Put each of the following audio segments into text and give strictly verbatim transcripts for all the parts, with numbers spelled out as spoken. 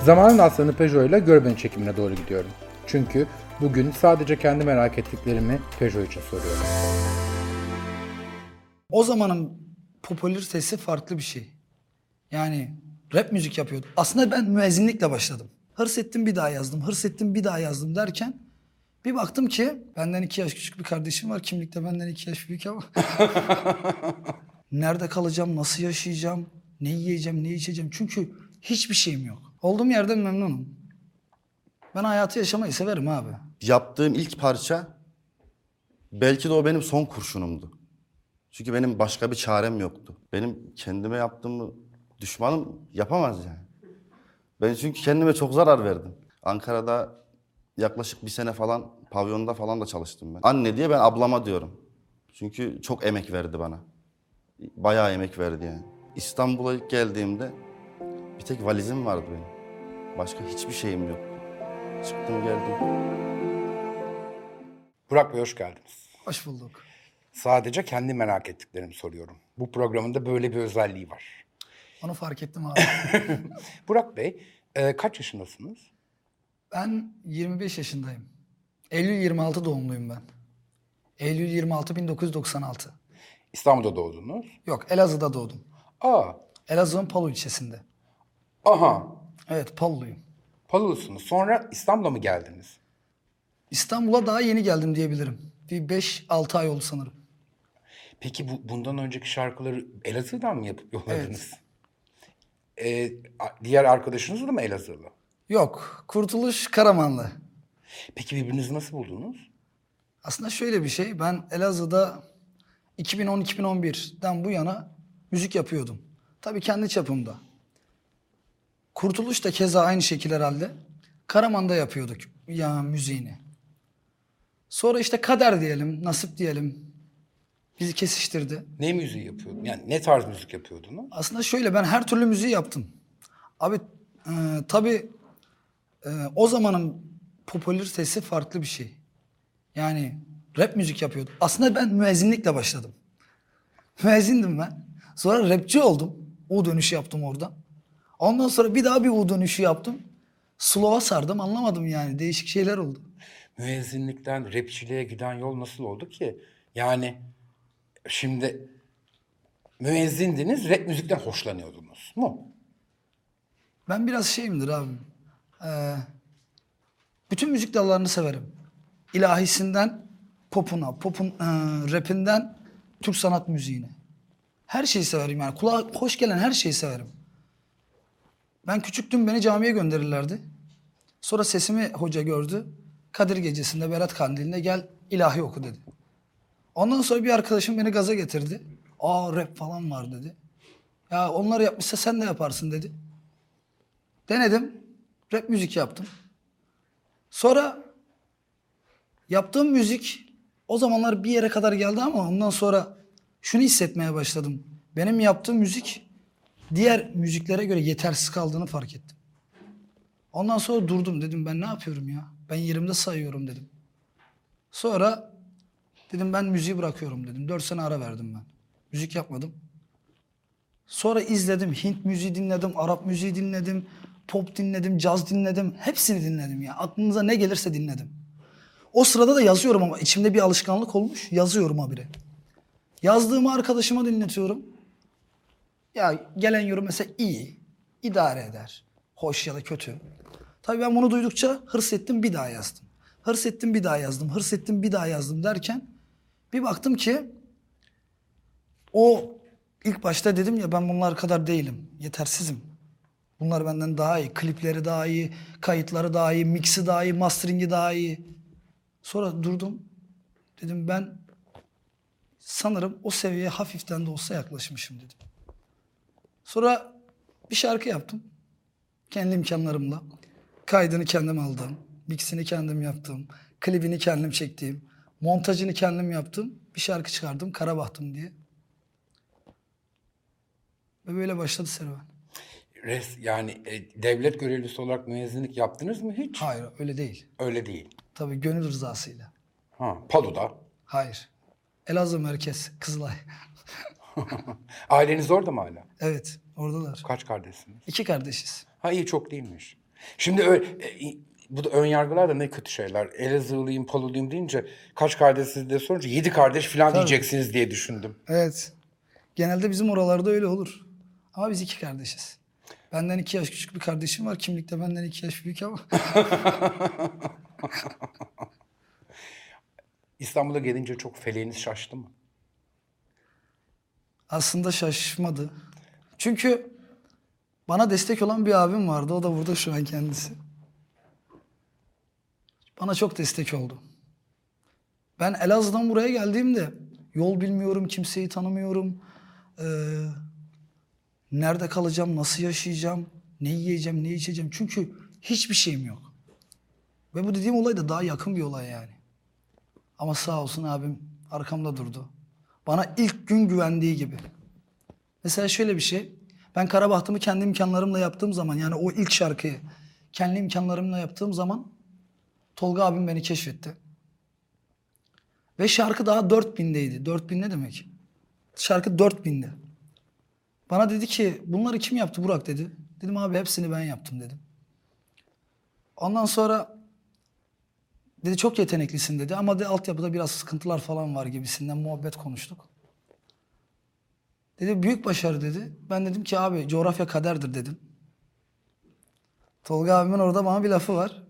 Zamanın aslanı Peugeot ile Gör Beni çekimine doğru gidiyorum. Çünkü bugün sadece kendi merak ettiklerimi Peugeot için soruyorum. O zamanın popülaritesi farklı bir şey. Yani rap müzik yapıyordu. Aslında ben müezzinlikle başladım. Hırs ettim bir daha yazdım, hırs ettim bir daha yazdım derken bir baktım ki benden iki yaş küçük bir kardeşim var. Kimlikte benden iki yaş büyük ama. Nerede kalacağım, nasıl yaşayacağım, ne yiyeceğim, ne içeceğim. Çünkü hiçbir şeyim yok. Olduğum yerden memnunum. Ben hayatı yaşamayı severim abi. Yaptığım ilk parça belki de o benim son kurşunumdu. Çünkü benim başka bir çarem yoktu. Benim kendime yaptığımı düşmanım yapamaz yani. Ben çünkü kendime çok zarar verdim. Ankara'da yaklaşık bir sene falan pavyonda falan da çalıştım ben. Anne diye ben ablama diyorum. Çünkü çok emek verdi bana. Bayağı emek verdi yani. İstanbul'a ilk geldiğimde bir tek valizim vardı benim. Başka hiçbir şeyim yoktu. Çıktım geldim. Burak Bey hoş geldiniz. Hoş bulduk. Sadece kendi merak ettiklerimi soruyorum. Bu programın da böyle bir özelliği var. Onu fark ettim abi. Burak Bey, e, kaç yaşındasınız? Ben yirmi beş yaşındayım. Eylül yirmi altı doğumluyum ben. Eylül yirmi altı bin dokuz yüz doksan altı. İstanbul'da doğdunuz. Yok, Elazığ'da doğdum. Aa, Elazığ'ın Palu ilçesinde. aha, Evet, Paluluyum. Palulusunuz. Sonra İstanbul'a mı geldiniz? İstanbul'a daha yeni geldim diyebilirim. Bir beş altı ay oldu sanırım. Peki bu, bundan önceki şarkıları Elazığ'dan mı yapıp yolladınız? Evet. Ee, a- diğer arkadaşınız da mı Elazığlı? Yok, Kurtuluş Karamanlı. Peki birbirinizi nasıl buldunuz? Aslında şöyle bir şey, ben Elazığ'da iki bin on iki bin on birden bu yana müzik yapıyordum. Tabii kendi çapımda. Kurtuluş da keza aynı şekil herhalde. Karaman'da yapıyorduk ya müziğini. Sonra işte kader diyelim, nasip diyelim. Bizi kesiştirdi. Ne müziği yapıyordun? Yani ne tarz müzik yapıyordunuz? Aslında şöyle, ben her türlü müziği yaptım. Abi e, tabii e, o zamanın popülaritesi farklı bir şey. Yani rap müzik yapıyordum. Aslında ben müezzinlikle başladım. Müezzindim ben. Sonra rapçi oldum. U dönüşü yaptım orada. Ondan sonra bir daha bir U dönüşü yaptım. Slow'a sardım, anlamadım yani. Değişik şeyler oldu. Müezzinlikten rapçiliğe giden yol nasıl oldu ki? Yani şimdi müezzindiniz, rap müzikten hoşlanıyordunuz mu? Ben biraz şeyimdir abi. Ee, bütün müzik dallarını severim. İlahisinden popuna, popun e, rapinden Türk sanat müziğine. Her şeyi severim yani. Kulağa hoş gelen her şeyi severim. Ben küçüktüm, beni camiye gönderirlerdi. Sonra sesimi hoca gördü. Kadir Gecesi'nde, Berat Kandili'nde gel ilahi oku dedi. Ondan sonra bir arkadaşım beni gaza getirdi. Aa rap falan var dedi. Ya onlar yapmışsa sen de yaparsın dedi. Denedim. Rap müzik yaptım. Sonra yaptığım müzik o zamanlar bir yere kadar geldi ama ondan sonra şunu hissetmeye başladım. Benim yaptığım müzik diğer müziklere göre yetersiz kaldığını fark ettim. Ondan sonra durdum, dedim ben ne yapıyorum ya? Ben yerimde sayıyorum dedim. Sonra dedim ben müziği bırakıyorum dedim. Dört sene ara verdim ben. Müzik yapmadım. Sonra izledim. Hint müziği dinledim, Arap müziği dinledim, pop dinledim, caz dinledim. Hepsini dinledim ya. Aklınıza ne gelirse dinledim. O sırada da yazıyorum ama içimde bir alışkanlık olmuş. Yazıyorum habire. Yazdığımı arkadaşıma dinletiyorum. Ya gelen yorum mesela iyi, idare eder. Hoş ya da kötü. Tabii ben bunu duydukça hırs ettim, bir daha yazdım. Hırs ettim, bir daha yazdım. Hırs ettim, bir daha yazdım derken bir baktım ki o ilk başta dedim ya ben bunlar kadar değilim. Yetersizim. Bunlar benden daha iyi. Klipleri daha iyi, kayıtları daha iyi, mixi daha iyi, mastering'i daha iyi. Sonra durdum. Dedim ben sanırım o seviyeye hafiften de olsa yaklaşmışım dedim. Sonra bir şarkı yaptım. Kendi imkanlarımla. Kaydını kendim aldım. Mixini kendim yaptım. Klibini kendim çektiğim. Montajını kendim yaptım. Bir şarkı çıkardım. Kara Bahtım diye. Ve böyle başladı serüven. Res, yani e, devlet görevlisi olarak müezzinlik yaptınız mı hiç? Hayır öyle değil. Öyle değil. Tabii gönül rızasıyla. Ha, Palu'da. Hayır. Elazığ merkez, Kızılay. Aileniz orada mı hala? Evet, oradalar. Kaç kardeşsiniz? İki kardeşiz. Ha iyi çok değilmiş. Şimdi öyle, e, bu da ön yargılar da ne kötü şeyler. Elazığlıyım, Paluluyum deyince kaç kardeşsiniz diye sorunca yedi kardeş falan diyeceksiniz diye düşündüm. Evet. Genelde bizim oralarda öyle olur. Ama biz iki kardeşiz. Benden iki yaş küçük bir kardeşim var. Kimlikte benden iki yaş büyük ama. İstanbul'a gelince çok feleğiniz şaştı mı? Aslında şaşmadı. Çünkü bana destek olan bir abim vardı. O da burada şu an kendisi. Bana çok destek oldu. Ben Elazığ'dan buraya geldiğimde yol bilmiyorum, kimseyi tanımıyorum. Ee, nerede kalacağım, nasıl yaşayacağım, ne yiyeceğim, ne içeceğim. Çünkü hiçbir şeyim yok. Ve bu dediğim olay da daha yakın bir olay yani. Ama sağ olsun abim arkamda durdu. Bana ilk gün güvendiği gibi. Mesela şöyle bir şey. Ben Karabahtım'ı kendi imkanlarımla yaptığım zaman, yani o ilk şarkıyı kendi imkanlarımla yaptığım zaman Tolga abim beni keşfetti. Ve şarkı daha dört bindeydi. dört bin ne demek? Şarkı dört binde. Bana dedi ki bunları kim yaptı Burak dedi. Dedim abi hepsini ben yaptım dedim. Ondan sonra dedi çok yeteneklisin dedi ama de altyapıda biraz sıkıntılar falan var gibisinden muhabbet konuştuk. Dedi büyük başarı dedi. Ben dedim ki abi coğrafya kaderdir dedim. Tolga abimin orada bana bir lafı var.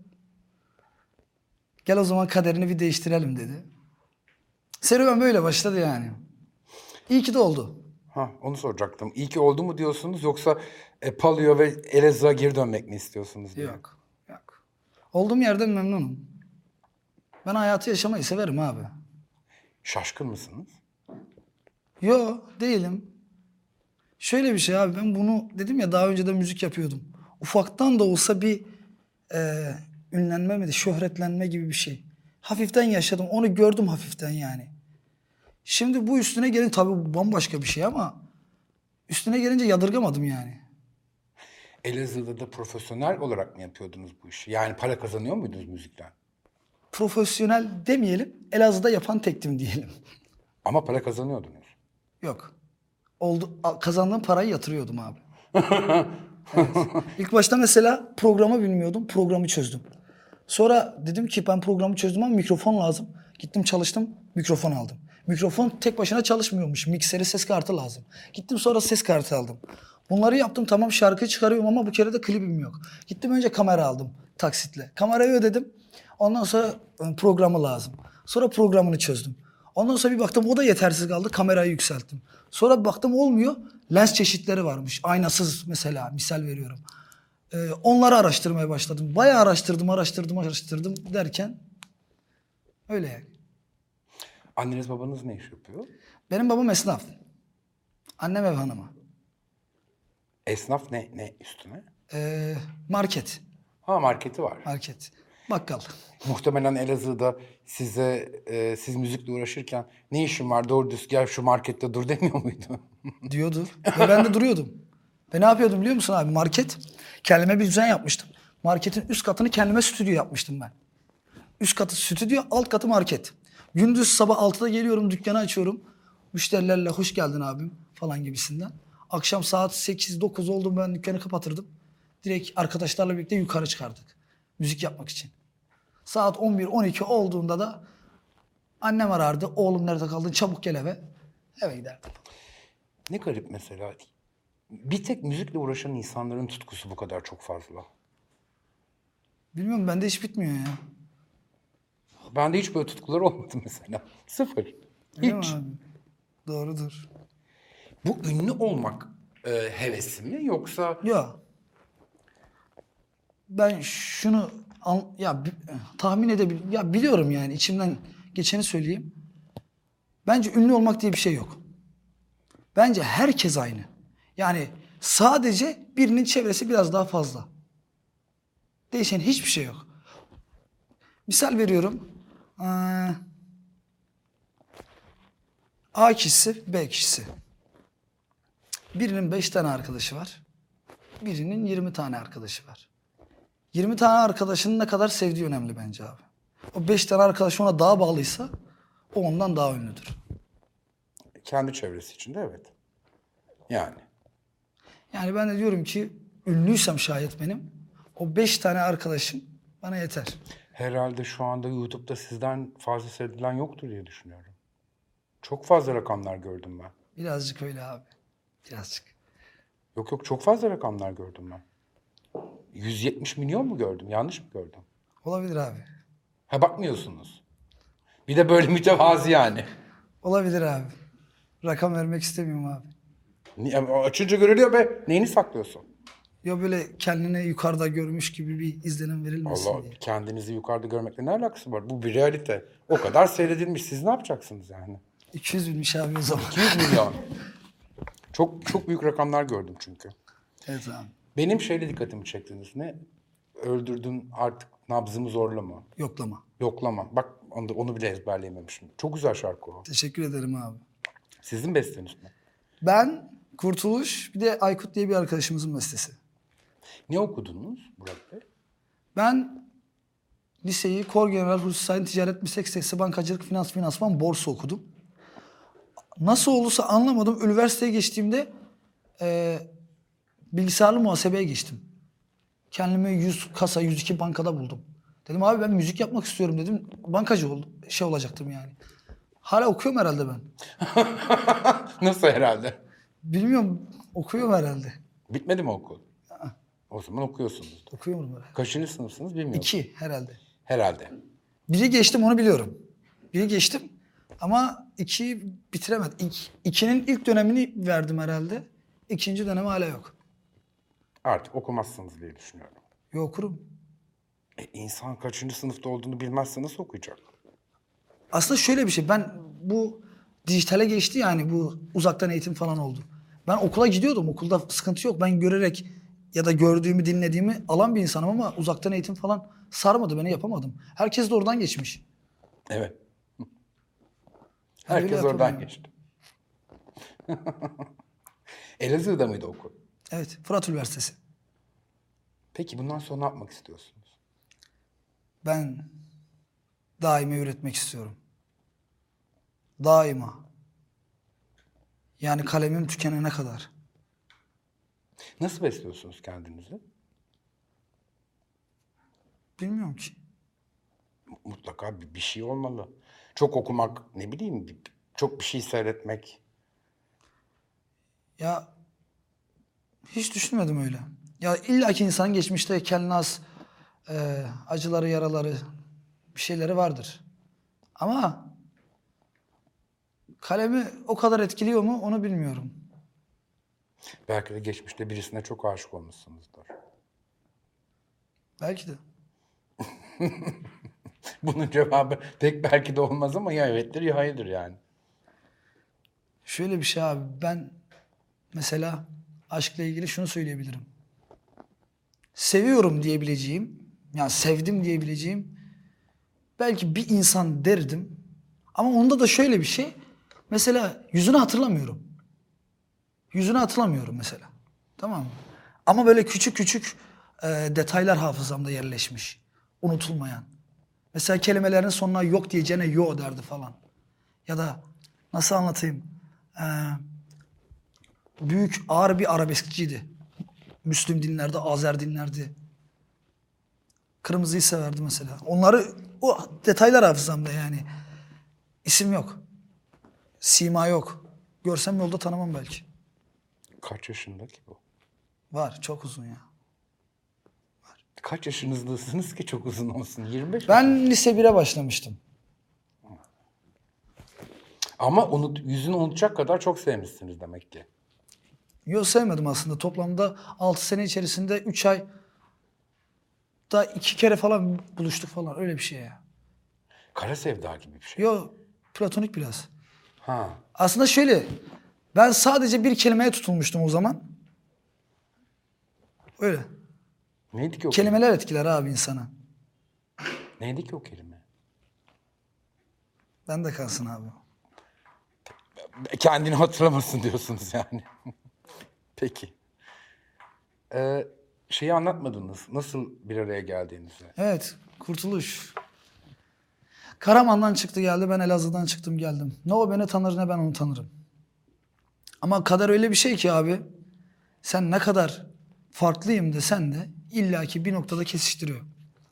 Gel o zaman kaderini bir değiştirelim dedi. Serüven böyle başladı yani. İyi ki de oldu. Ha, onu soracaktım. İyi ki oldu mu diyorsunuz yoksa e, Palu'ya ve Elazığ'a geri dönmek mi istiyorsunuz diye? Yok. Yok. Olduğum yerden memnunum. Ben hayatı yaşamayı severim abi. Şaşkın mısınız? Yo değilim. Şöyle bir şey abi ben bunu dedim ya daha önce de müzik yapıyordum. Ufaktan da olsa bir e, ünlenme mi de şöhretlenme gibi bir şey. Hafiften yaşadım. Onu gördüm hafiften yani. Şimdi bu üstüne gelin tabii bu bambaşka bir şey ama üstüne gelince yadırgamadım yani. Elazığ'da da profesyonel olarak mı yapıyordunuz bu işi? Yani para kazanıyor muydunuz müzikten? Profesyonel demeyelim, Elazığ'da yapan tektim diyelim. Ama para kazanıyordunuz. Yok. Oldu, a- kazandığım parayı yatırıyordum abi. Evet. İlk başta mesela programı bilmiyordum, programı çözdüm. Sonra dedim ki ben programı çözdüm ama mikrofon lazım. Gittim çalıştım, mikrofon aldım. Mikrofon tek başına çalışmıyormuş. Mikseri, ses kartı lazım. Gittim sonra ses kartı aldım. Bunları yaptım tamam şarkı çıkarıyorum ama bu kere de klibim yok. Gittim önce kamera aldım taksitle. Kamerayı ödedim. Ondan sonra e, programı lazım. Sonra programını çözdüm. Ondan sonra bir baktım o da yetersiz kaldı. Kamerayı yükselttim. Sonra bir baktım olmuyor. Lens çeşitleri varmış. Aynasız mesela misal veriyorum. Ee, onları araştırmaya başladım. Bayağı araştırdım, araştırdım, araştırdım derken öyle yani. Anneniz babanız ne iş yapıyor? Benim babam esnaf. Annem ev hanımı. Esnaf ne, ne üstüne? Ee, market. Ha, marketi var. Market. Bakkal. Muhtemelen Elazığ'da size e, siz müzikle uğraşırken ne işin var doğru düz gel şu markette dur demiyor muydu? Diyordu. Ve ben de duruyordum. Ve ne yapıyordum biliyor musun abi? Market. Kendime bir düzen yapmıştım. Marketin üst katını kendime stüdyo yapmıştım ben. Üst katı stüdyo, alt katı market. Gündüz sabah altıda geliyorum, dükkanı açıyorum. Müşterilerle hoş geldin abim falan gibisinden. Akşam saat sekiz dokuz oldu ben dükkanı kapatırdım. Direkt arkadaşlarla birlikte yukarı çıkardık. Müzik yapmak için. Saat on bir on iki olduğunda da annem arardı. Oğlum nerede kaldın? Çabuk gel eve. Eve giderdim. Ne garip mesela. Bir tek müzikle uğraşan insanların tutkusu bu kadar çok fazla. Bilmiyorum bende hiç bitmiyor ya. Bende hiç böyle tutkular olmadı mesela. Sıfır. Öyle mi Hiç. abi? Doğrudur. Bu ünlü olmak e, hevesi mi yoksa Yok. Ben şunu an- ya bi- tahmin edebiliyorum. Ya biliyorum yani içimden geçeni söyleyeyim. Bence ünlü olmak diye bir şey yok. Bence herkes aynı. Yani sadece birinin çevresi biraz daha fazla. Değişen hiçbir şey yok. Misal veriyorum. Ee, A kişisi, B kişisi. Birinin beş tane arkadaşı var. Birinin yirmi tane arkadaşı var. yirmi tane arkadaşının ne kadar sevdiği önemli bence abi. O beş tane arkadaş ona daha bağlıysa o ondan daha ünlüdür. kendi çevresi içinde evet. Yani. Yani ben de diyorum ki ünlüysem şayet benim O beş tane arkadaşım bana yeter. Herhalde şu anda YouTube'da sizden fazla seyredilen yoktur diye düşünüyorum. Çok fazla rakamlar gördüm ben. Birazcık öyle abi. Birazcık. Yok yok çok fazla rakamlar gördüm ben. yüz yetmiş milyon mu gördüm? Yanlış mı gördüm? Olabilir abi. Ha bakmıyorsunuz. Bir de böyle mütevazi yani. Olabilir abi. Rakam vermek istemiyorum abi. Niye? Açınca görülüyor be. Neyini saklıyorsun? Ya böyle kendini yukarıda görmüş gibi bir izlenim verilmesin Allah diye. kendinizi yukarıda görmekle ne alakası var? Bu bir realite. O kadar seyredilmiş. Siz ne yapacaksınız yani? iki yüz binmiş abi o zaman. iki yüz milyon. Çok çok büyük rakamlar gördüm çünkü. Evet abi. Benim şeyle dikkatimi çektiniz. Ne? Öldürdün artık nabzımı zorlama. Yoklama. Yoklama. Bak onu, da- onu bile ezberleyememişim. Çok güzel şarkı o. Teşekkür ederim abi. Sizin besteniz mi? Ben, Kurtuluş, bir de Aykut diye bir arkadaşımızın bestesi. Ne okudunuz Burak Bey? Ben liseyi Kor General Hulusi Sayın Ticaret Meslek Lisesi Bankacılık Finans Finansman Borsa okudum. Nasıl olursa anlamadım. Üniversiteye geçtiğimde e, bilgisayarlı muhasebeye geçtim. Kendimi yüz kasa, yüz iki bankada buldum. Dedim abi ben müzik yapmak istiyorum dedim. Bankacı oldum. Şey olacaktım yani. Hala okuyorum herhalde ben. Nasıl herhalde? Bilmiyorum, okuyorum herhalde. Bitmedi mi okul? O zaman okuyorsunuz. Okuyorum herhalde. Kaçıncı sınıfsınız bilmiyorum. İki herhalde. Herhalde. Biri geçtim onu biliyorum. Biri geçtim ama ikiyi bitiremedim. İk, ikinin ilk dönemini verdim herhalde. İkinci dönemi hala yok. Artık okumazsınız diye düşünüyorum. Yok okurum. E, insan kaçıncı sınıfta olduğunu bilmezse nasıl okuyacak? Aslında şöyle bir şey. Ben bu dijitale geçti yani bu uzaktan eğitim falan oldu. Ben okula gidiyordum. Okulda sıkıntı yok. Ben görerek ya da gördüğümü, dinlediğimi alan bir insanım ama uzaktan eğitim falan sarmadı. Beni yapamadım. Herkes de oradan geçmiş. Evet. öyle Herkes oradan yapamıyorum. geçti. Elazığ'da mıydı okul? Evet. Fırat Üniversitesi. Peki bundan sonra ne yapmak istiyorsunuz? Ben daima üretmek istiyorum. Daima. Yani kalemim tükenene kadar. Nasıl besliyorsunuz kendinizi? Bilmiyorum ki. Mutlaka bir, bir şey olmalı. Çok okumak, ne bileyim, bir- çok bir şey seyretmek. Ya hiç düşünmedim öyle. Ya illaki insanın geçmişte kendine has e, acıları, yaraları, bir şeyleri vardır. Ama kalemi o kadar etkiliyor mu onu bilmiyorum. Belki de geçmişte birisine çok aşık olmuşsunuzdur. Belki de. Bunun cevabı tek belki de olmaz ama ya evettir ya hayırdır yani. Şöyle bir şey abi ben mesela aşkla ilgili şunu söyleyebilirim. Seviyorum diyebileceğim, yani sevdim diyebileceğim belki bir insan derdim. Ama onda da şöyle bir şey. Mesela yüzünü hatırlamıyorum. Yüzünü hatırlamıyorum mesela. Tamam mı? Ama böyle küçük küçük e, detaylar hafızamda yerleşmiş. Unutulmayan. Mesela kelimelerin sonuna yok diyeceğine yo derdi falan. Ya da nasıl anlatayım? Ee, büyük ağır bir arabeskçiydi. Müslüm dinlerdi, Azer dinlerdi. Kırmızıyı severdi mesela. Onları, o detaylar hafızamda yani. İsim yok. Sima yok. Görsem yolda tanımam belki. Kaç yaşında ki bu? Var, çok uzun ya. Kaç yaşınızdasınız ki çok uzun olsun? yirmi beş mi? Ben lise bire başlamıştım. Ama unut, yüzünü unutacak kadar çok sevmişsiniz demek ki. Yok sevmedim aslında. Toplamda altı sene içerisinde üç ay da iki kere falan buluştuk falan. Öyle bir şey ya. Kara sevda gibi bir şey. Yok platonik biraz. Ha. Aslında şöyle. Ben sadece bir kelimeye tutulmuştum o zaman. Öyle. Neydi ki o kelime? Kelimeler etkiler abi insana. Neydi ki o kelime? Ben de kalsın abi. Kendini hatırlamasın diyorsunuz yani. Peki. Ee, şeyi anlatmadınız. Nasıl bir araya geldiğinizi. Evet, kurtuluş. Karaman'dan çıktı geldi, ben Elazığ'dan çıktım geldim. Ne o beni tanır ne ben onu tanırım. Ama kader öyle bir şey ki abi, sen ne kadar farklıyım desen de illaki bir noktada kesiştiriyor.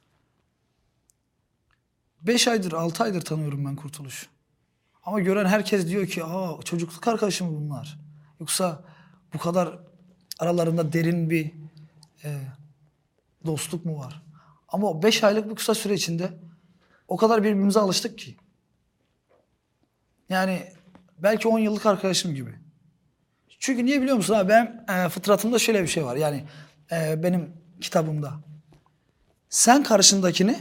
Beş aydır, altı aydır tanıyorum ben Kurtuluş. Ama gören herkes diyor ki, aa çocukluk arkadaşı mı bunlar? Yoksa bu kadar aralarında derin bir e, dostluk mu var? Ama o beş aylık bu kısa süre içinde o kadar birbirimize alıştık ki. Yani belki on yıllık arkadaşım gibi. Çünkü niye biliyor musun abi? Ben e, fıtratımda şöyle bir şey var. Yani e, benim kitabımda. Sen karşındakini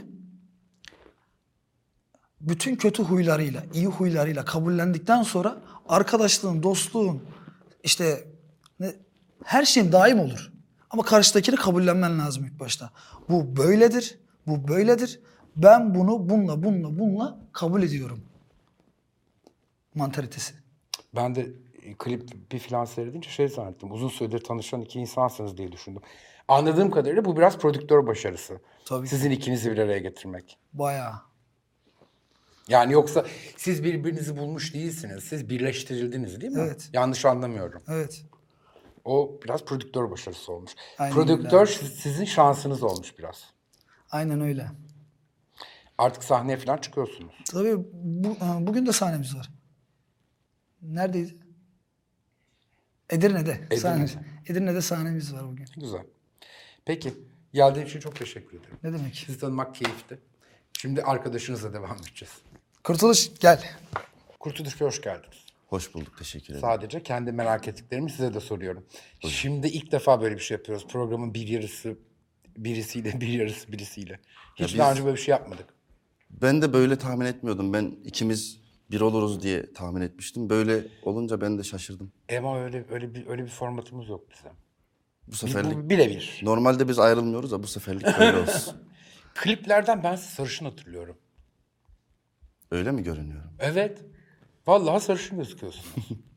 bütün kötü huylarıyla, iyi huylarıyla kabullendikten sonra arkadaşlığın, dostluğun, işte ne, her şeyin daim olur. Ama karşıdakini kabullenmen lazım ilk başta. Bu böyledir, bu böyledir. Ben bunu bununla, bununla, bununla kabul ediyorum. Mantalitesi. Ben de e, klip bir filan seyredince şey zannettim. Uzun süredir tanışan iki insansınız diye düşündüm. Anladığım kadarıyla bu biraz prodüktör başarısı. Tabii ki. Sizin ikinizi bir araya getirmek. Bayağı. Yani yoksa siz birbirinizi bulmuş değilsiniz. Siz birleştirildiniz değil mi? Evet. Yanlış anlamıyorum. Evet. O biraz prodüktör başarısı olmuş. Aynen Prodüktör öyle. siz- sizin şansınız olmuş biraz. Aynen öyle. Artık sahneye falan çıkıyorsunuz. Tabii bu, e, bugün de sahnemiz var. Neredeydi? Edirne'de. Edirne'de. Sahne, Edirne'de sahnemiz var bugün. Güzel. Peki. Geldiğiniz için çok teşekkür ederim. Ne demek? Sizi tanımak keyifti. Şimdi arkadaşınızla devam edeceğiz. Kurtuluş gel. Kurtuluş Bey hoş geldiniz. Hoş bulduk, teşekkür ederim. Sadece kendi merak ettiklerimi size de soruyorum. Şimdi ilk defa böyle bir şey yapıyoruz. Programın bir yarısı birisiyle, bir yarısı birisiyle. Hiç Ya daha biz- önce böyle bir şey yapmadık. Ben de böyle tahmin etmiyordum. Ben ikimiz bir oluruz diye tahmin etmiştim. Böyle olunca ben de şaşırdım. Ama öyle öyle bir öyle bir formatımız yok bizim. Bu Bir- seferlik Bu birebir. normalde biz ayrılmıyoruz da bu seferlik böyle olsun. Kliplerden ben sizi sarışın hatırlıyorum. Öyle mi görünüyorum? Evet. Vallahi sarışın gözüküyorsunuz.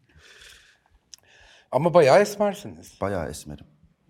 Ama bayağı esmersiniz. Bayağı esmerim.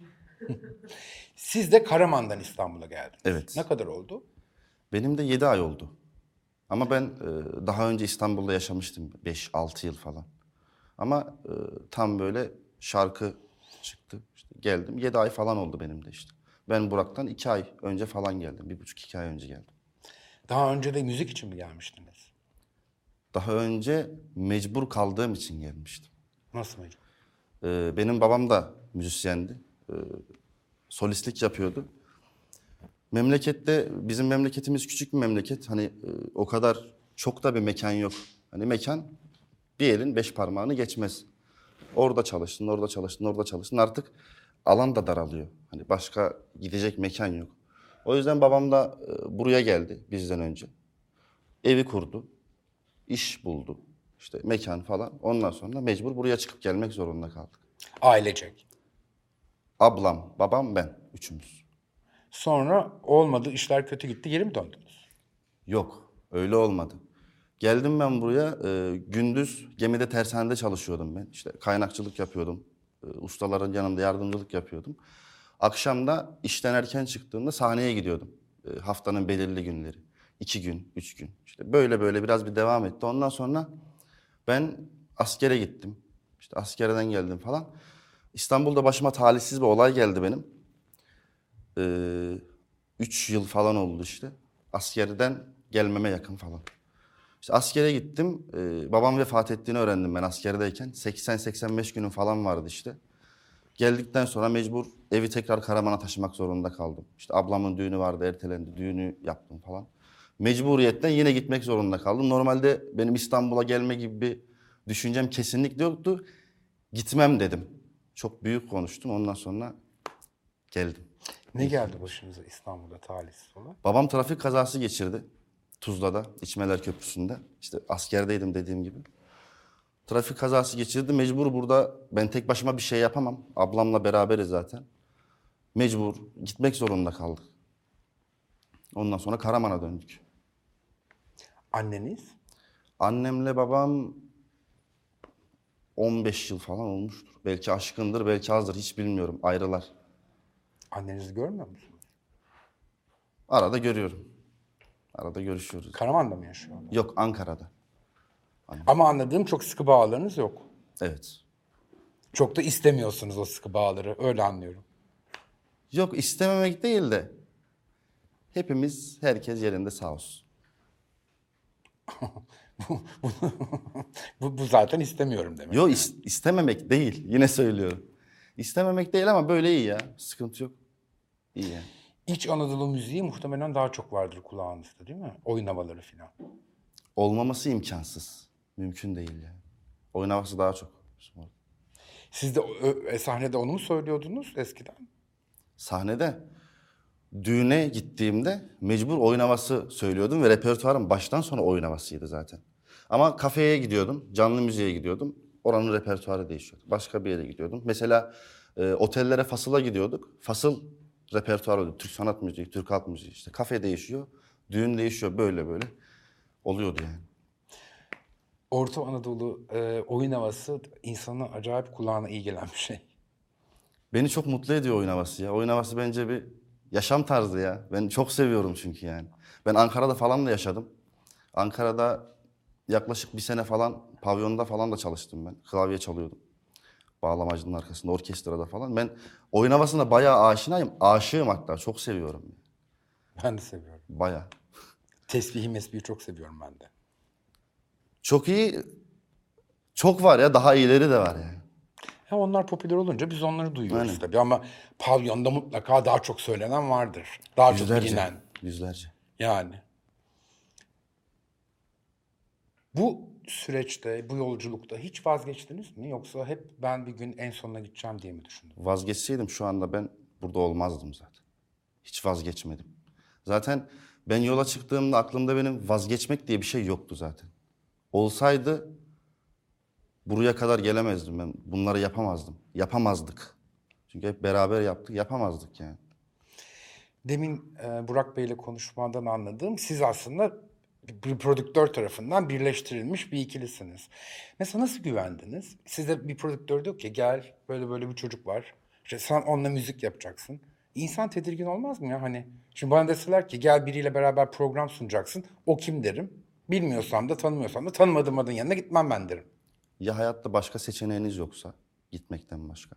Siz de Karaman'dan İstanbul'a geldiniz. Evet. Ne kadar oldu? Benim de yedi ay oldu. Ama ben e, daha önce İstanbul'da yaşamıştım beş altı yıl falan. Ama e, tam böyle şarkı çıktı. İşte geldim. yedi ay falan oldu benim de işte. Ben Burak'tan iki ay önce falan geldim. Bir buçuk iki ay önce geldim. Daha önce de müzik için mi gelmiştiniz? Daha önce mecbur kaldığım için gelmiştim. Nasıl mıydı? Ee, benim babam da müzisyendi. Ee, solistlik yapıyordu. Memlekette, bizim memleketimiz küçük bir memleket. Hani e, o kadar çok da bir mekan yok. Hani mekan bir elin beş parmağını geçmez. Orada çalıştın, orada çalıştın, orada çalıştın. Artık alan da daralıyor. Hani başka gidecek mekan yok. O yüzden babam da e, buraya geldi bizden önce. Evi kurdu, iş buldu. İşte mekan falan. Ondan sonra mecbur buraya çıkıp gelmek zorunda kaldık. Ailecek. Ablam, babam, ben. Üçümüz. Sonra olmadı, işler kötü gitti, geri mi döndünüz? Yok, öyle olmadı. Geldim ben buraya, e, gündüz gemide tersanede çalışıyordum ben. İşte kaynakçılık yapıyordum. E, ustaların yanında yardımcılık yapıyordum. Akşam da işten erken çıktığımda sahneye gidiyordum. E, haftanın belirli günleri. İki gün, üç gün. İşte böyle böyle biraz bir devam etti. Ondan sonra ben askere gittim. İşte askerden geldim falan. İstanbul'da başıma talihsiz bir olay geldi benim. Ee, üç yıl falan oldu işte. Askerden gelmeme yakın falan. İşte askere gittim. Ee, babam vefat ettiğini öğrendim ben askerdeyken. seksen seksen beş günüm falan vardı işte. Geldikten sonra mecbur evi tekrar Karaman'a taşımak zorunda kaldım. İşte ablamın düğünü vardı, ertelendi. Düğünü yaptım falan. Mecburiyetten yine gitmek zorunda kaldım. Normalde benim İstanbul'a gelme gibi bir düşüncem kesinlikle yoktu. Gitmem dedim. Çok büyük konuştum. Ondan sonra geldim. Ne geldi başınıza İstanbul'da talihsiz olan? Babam trafik kazası geçirdi. Tuzla'da, İçmeler Köprüsü'nde. İşte askerdeydim dediğim gibi. Trafik kazası geçirdi. Mecbur burada ben tek başıma bir şey yapamam. Ablamla beraberiz zaten. Mecbur gitmek zorunda kaldık. Ondan sonra Karaman'a döndük. Anneniz? Annemle babam on beş yıl falan olmuştur. Belki aşkındır, belki azdır. Hiç bilmiyorum. Ayrılar. Annenizi görmüyor musunuz? Arada görüyorum. Arada görüşüyoruz. Karaman'da mı yaşıyorlar? Yok, Ankara'da. Ama anladığım çok sıkı bağlarınız yok. Evet. Çok da istemiyorsunuz o sıkı bağları. Öyle anlıyorum. Yok, istememek değil de hepimiz, herkes yerinde sağ olsun. bu, bu, bu, bu zaten istemiyorum demek. Yok, yani. is- istememek değil, yine söylüyorum. İstememek değil ama böyle iyi ya, sıkıntı yok. İyi yani. İç Anadolu müziği muhtemelen daha çok vardır kulağınızda değil mi? Oyun havaları falan. Olmaması imkansız. Mümkün değil yani. Oynaması daha çok. Siz de ö- e, sahnede onu mu söylüyordunuz eskiden? Sahnede düğüne gittiğimde mecbur oynaması söylüyordum ve repertuarım baştan sona oynamasıydı zaten. Ama kafeye gidiyordum, canlı müziğe gidiyordum. Oranın repertuarı değişiyordu. Başka bir yere gidiyordum. Mesela e, otellere fasıla gidiyorduk. Fasıl repertuarı oluyordu. Türk sanat müziği, Türk halk müziği işte. Kafe değişiyor, düğün değişiyor, böyle böyle oluyordu yani. Orta Anadolu e, oyun havası insanın acayip kulağına iyi gelen bir şey. Beni çok mutlu ediyor oyun havası ya. Oyun havası bence bir yaşam tarzı ya. Ben çok seviyorum çünkü yani. Ben Ankara'da falan da yaşadım. Ankara'da yaklaşık bir sene falan pavyonda falan da çalıştım ben. Klavye çalıyordum. Bağlamacının arkasında, orkestrada falan. Ben oyun havasına bayağı aşinayım. Aşığım hatta. Çok seviyorum. Ben de seviyorum. Bayağı. Tesbihi mesbihi çok seviyorum ben de. Çok iyi. Çok var ya. Daha iyileri de var yani. Ha, onlar popüler olunca biz onları duyuyoruz Aynen. tabii ama pavyonda mutlaka daha çok söylenen vardır. Daha çok Yüzlerce. bilinen. Yüzlerce. Yani. Bu süreçte, bu yolculukta hiç vazgeçtiniz mi? Yoksa hep ben bir gün en sonuna gideceğim diye mi düşündünüz? Vazgeçseydim şu anda ben burada olmazdım zaten. Hiç vazgeçmedim. Zaten ben yola çıktığımda aklımda benim vazgeçmek diye bir şey yoktu zaten. Olsaydı buraya kadar gelemezdim ben. Bunları yapamazdım. Yapamazdık. Çünkü hep beraber yaptık. Yapamazdık yani. Demin e, Burak Bey'le konuşmadan anladığım siz aslında bir prodüktör tarafından birleştirilmiş bir ikilisiniz. Mesela nasıl güvendiniz? Size bir prodüktör diyor ki gel böyle böyle bir çocuk var. İşte sen onunla müzik yapacaksın. İnsan tedirgin olmaz mı ya hani? Şimdi bana deseler ki gel biriyle beraber program sunacaksın. O kim derim? Bilmiyorsam da tanımıyorsam da tanımadığım adın yanına gitmem ben derim. Ya hayatta başka seçeneğiniz yoksa gitmekten başka.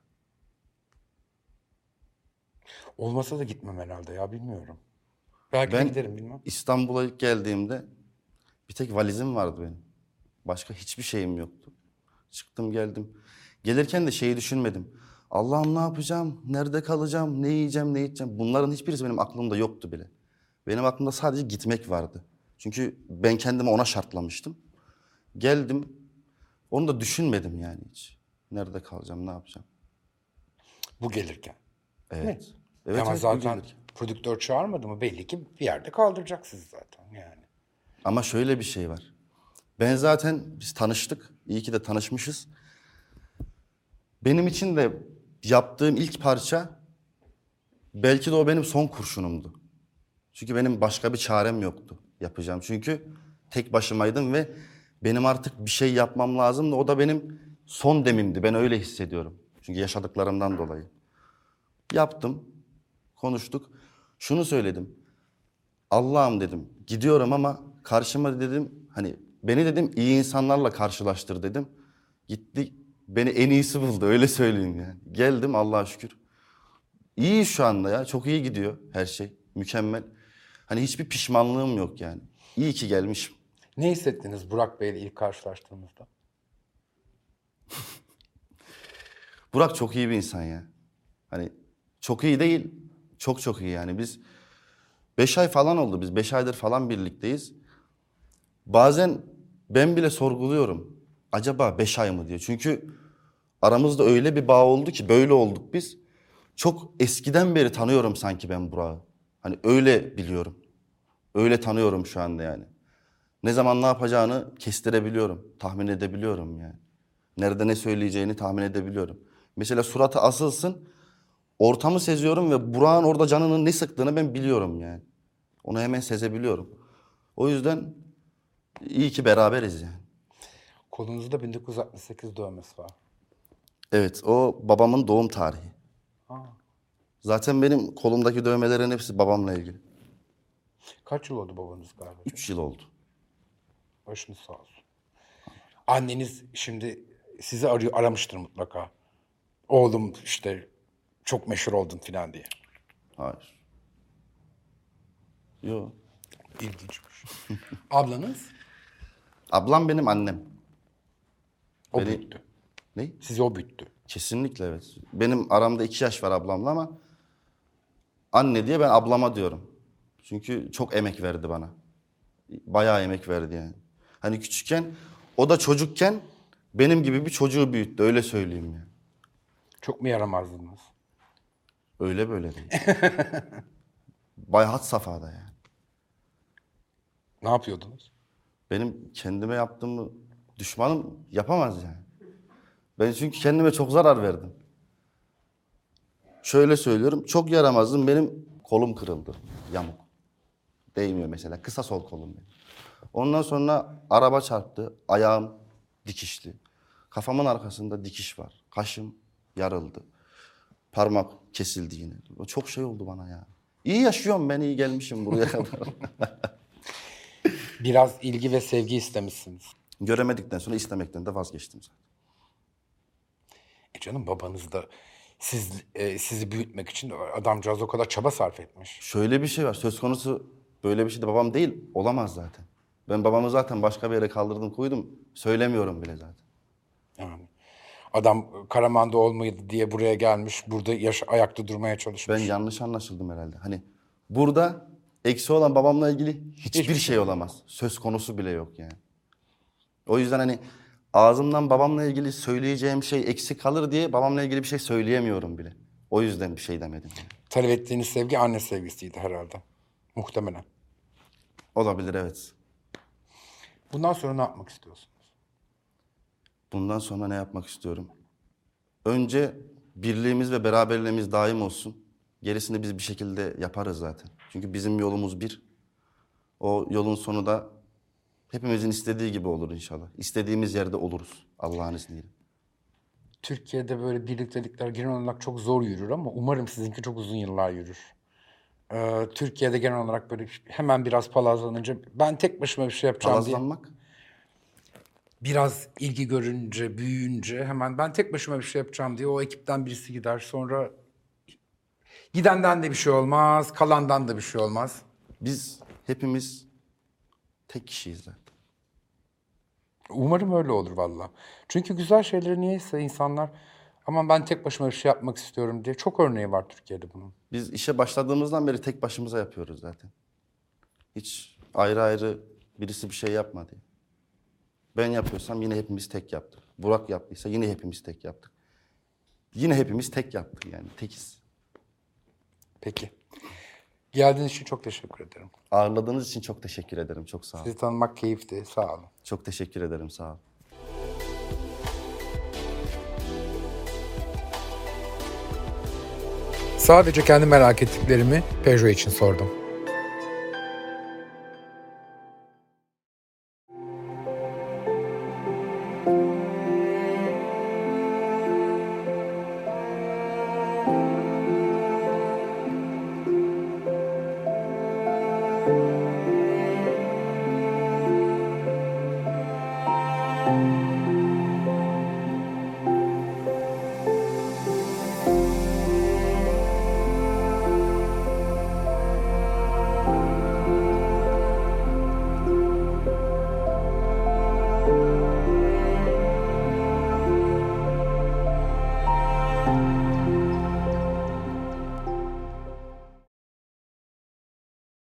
Olmasa da gitmem herhalde ya bilmiyorum. Belki de Ben giderim bilmem. İstanbul'a ilk geldiğimde bir tek valizim vardı benim. Başka hiçbir şeyim yoktu. Çıktım geldim. Gelirken de şeyi düşünmedim. Allah'ım ne yapacağım? Nerede kalacağım? Ne yiyeceğim? Ne içeceğim? Bunların hiçbirisi benim aklımda yoktu bile. Benim aklımda sadece gitmek vardı. Çünkü ben kendimi ona şartlamıştım. Geldim. Onu da düşünmedim yani hiç. Nerede kalacağım? Ne yapacağım? Bu gelirken. Evet. Evet, Ama evet, bu zaten gelirken. prodüktör çağırmadı mı belli ki bir yerde kaldıracak sizi zaten yani. Ama şöyle bir şey var. Ben zaten biz tanıştık. İyi ki de tanışmışız. Benim için de yaptığım ilk parça belki de o benim son kurşunumdu. Çünkü benim başka bir çarem yoktu yapacağım. Çünkü tek başımaydım ve benim artık bir şey yapmam lazımdı. O da benim son demimdi. Ben öyle hissediyorum. Çünkü yaşadıklarımdan dolayı. Yaptım, konuştuk. Şunu söyledim. Allah'ım dedim, gidiyorum ama karşıma dedim, hani beni dedim iyi insanlarla karşılaştır dedim. Gitti, beni en iyisi buldu, öyle söyleyeyim yani. Geldim Allah'a şükür. İyi şu anda ya, çok iyi gidiyor her şey, mükemmel. Hani hiçbir pişmanlığım yok yani. İyi ki gelmişim. Ne hissettiniz Burak Bey'le ilk karşılaştığınızda? Burak çok iyi bir insan ya. Hani çok iyi değil, çok çok iyi yani. Biz beş ay falan oldu, biz beş aydır falan birlikteyiz. Bazen ben bile sorguluyorum. Acaba beş ay mı diye. Çünkü aramızda öyle bir bağ oldu ki böyle olduk biz. Çok eskiden beri tanıyorum sanki ben Burak'ı. Hani öyle biliyorum. Öyle tanıyorum şu anda yani. Ne zaman ne yapacağını kestirebiliyorum. Tahmin edebiliyorum yani. Nerede ne söyleyeceğini tahmin edebiliyorum. Mesela suratı asılsın. Ortamı seziyorum ve Burak'ın orada canının ne sıktığını ben biliyorum yani. Onu hemen sezebiliyorum. O yüzden iyi ki beraberiz yani. Kolunuzda bin dokuz yüz altmış sekiz dövmesi var. Evet, o babamın doğum tarihi. Zaten benim kolumdaki dövmelerin hepsi babamla ilgili. Kaç yıl oldu babanız galiba? Üç yıl oldu. Başınız sağ olsun. Anneniz şimdi sizi arıyor, aramıştır mutlaka. Oğlum işte çok meşhur oldun falan diye. Hayır. Yok. İlginçmiş. Ablanız? Ablam benim annem. O Beni- büyüttü. Ne? Sizi o büyüttü. Kesinlikle evet. Benim aramda iki yaş var ablamla ama anne diye ben ablama diyorum. Çünkü çok emek verdi bana. Bayağı emek verdi yani. Hani küçükken, o da çocukken benim gibi bir çocuğu büyüttü. Öyle söyleyeyim yani. Çok mu yaramazdınız? Öyle böyle değil. Bayağı had safhada yani. Ne yapıyordunuz? Benim kendime yaptığımı düşmanım yapamaz yani. Ben çünkü kendime çok zarar verdim. Şöyle söylüyorum, çok yaramazdım. Benim kolum kırıldı, yamuk. Değmiyor mesela, kısa sol kolum benim. Ondan sonra araba çarptı, ayağım dikişli. Kafamın arkasında dikiş var, kaşım yarıldı. Parmak kesildi yine. Çok şey oldu bana ya. İyi yaşıyorum ben, iyi gelmişim buraya kadar. Biraz ilgi ve sevgi istemişsiniz. Göremedikten sonra istemekten de vazgeçtim zaten. E canım, babanız da siz, e, sizi büyütmek için adamcağız o kadar çaba sarf etmiş. Şöyle bir şey var, söz konusu böyle bir şey de babam değil, olamaz zaten. Ben babamı zaten başka bir yere kaldırdım koydum, söylemiyorum bile zaten. Yani adam Karaman'da olmaydı diye buraya gelmiş, burada yaş ayakta durmaya çalışmış. Ben yanlış anlaşıldım herhalde. Hani burada eksi olan babamla ilgili hiçbir, Hiçbir şey olamaz. Söz konusu bile yok yani. O yüzden hani ağzımdan babamla ilgili söyleyeceğim şey eksik kalır diye babamla ilgili bir şey söyleyemiyorum bile. O yüzden bir şey demedim. Yani. Talep ettiğiniz sevgi anne sevgisiydi herhalde. Muhtemelen. Olabilir evet. Bundan sonra ne yapmak istiyorsunuz? Bundan sonra ne yapmak istiyorum? Önce birliğimiz ve beraberliğimiz daim olsun. Gerisini biz bir şekilde yaparız zaten. Çünkü bizim yolumuz bir. O yolun sonu da hepimizin istediği gibi olur inşallah. İstediğimiz yerde oluruz Allah'ın izniyle. Türkiye'de böyle birliktelikler genel olarak çok zor yürür ama umarım sizinki çok uzun yıllar yürür. Ee, Türkiye'de genel olarak böyle hemen biraz palazlanınca ben tek başıma bir şey yapacağım diye. Palazlanmak. Biraz ilgi görünce, büyüyünce hemen ben tek başıma bir şey yapacağım diye o ekipten birisi gider. Sonra gidenden de bir şey olmaz, kalandan da bir şey olmaz. Biz hepimiz tek kişiyiz zaten. Umarım öyle olur valla. Çünkü güzel şeyleri niyeyse insanlar aman ben tek başıma bir şey yapmak istiyorum diye çok örneği var Türkiye'de bunun. Biz işe başladığımızdan beri tek başımıza yapıyoruz zaten. Hiç ayrı ayrı birisi bir şey yapmadı. Ben yapıyorsam yine hepimiz tek yaptık. Burak yaptıysa yine hepimiz tek yaptık. Yine hepimiz tek yaptık yani tekiz. Peki. Geldiğiniz için çok teşekkür ederim. Ağırladığınız için çok teşekkür ederim. Çok sağ olun. Sizi tanımak keyifti. Sağ olun. Çok teşekkür ederim. Sağ olun. Sadece kendi merak ettiklerimi Peugeot için sordum.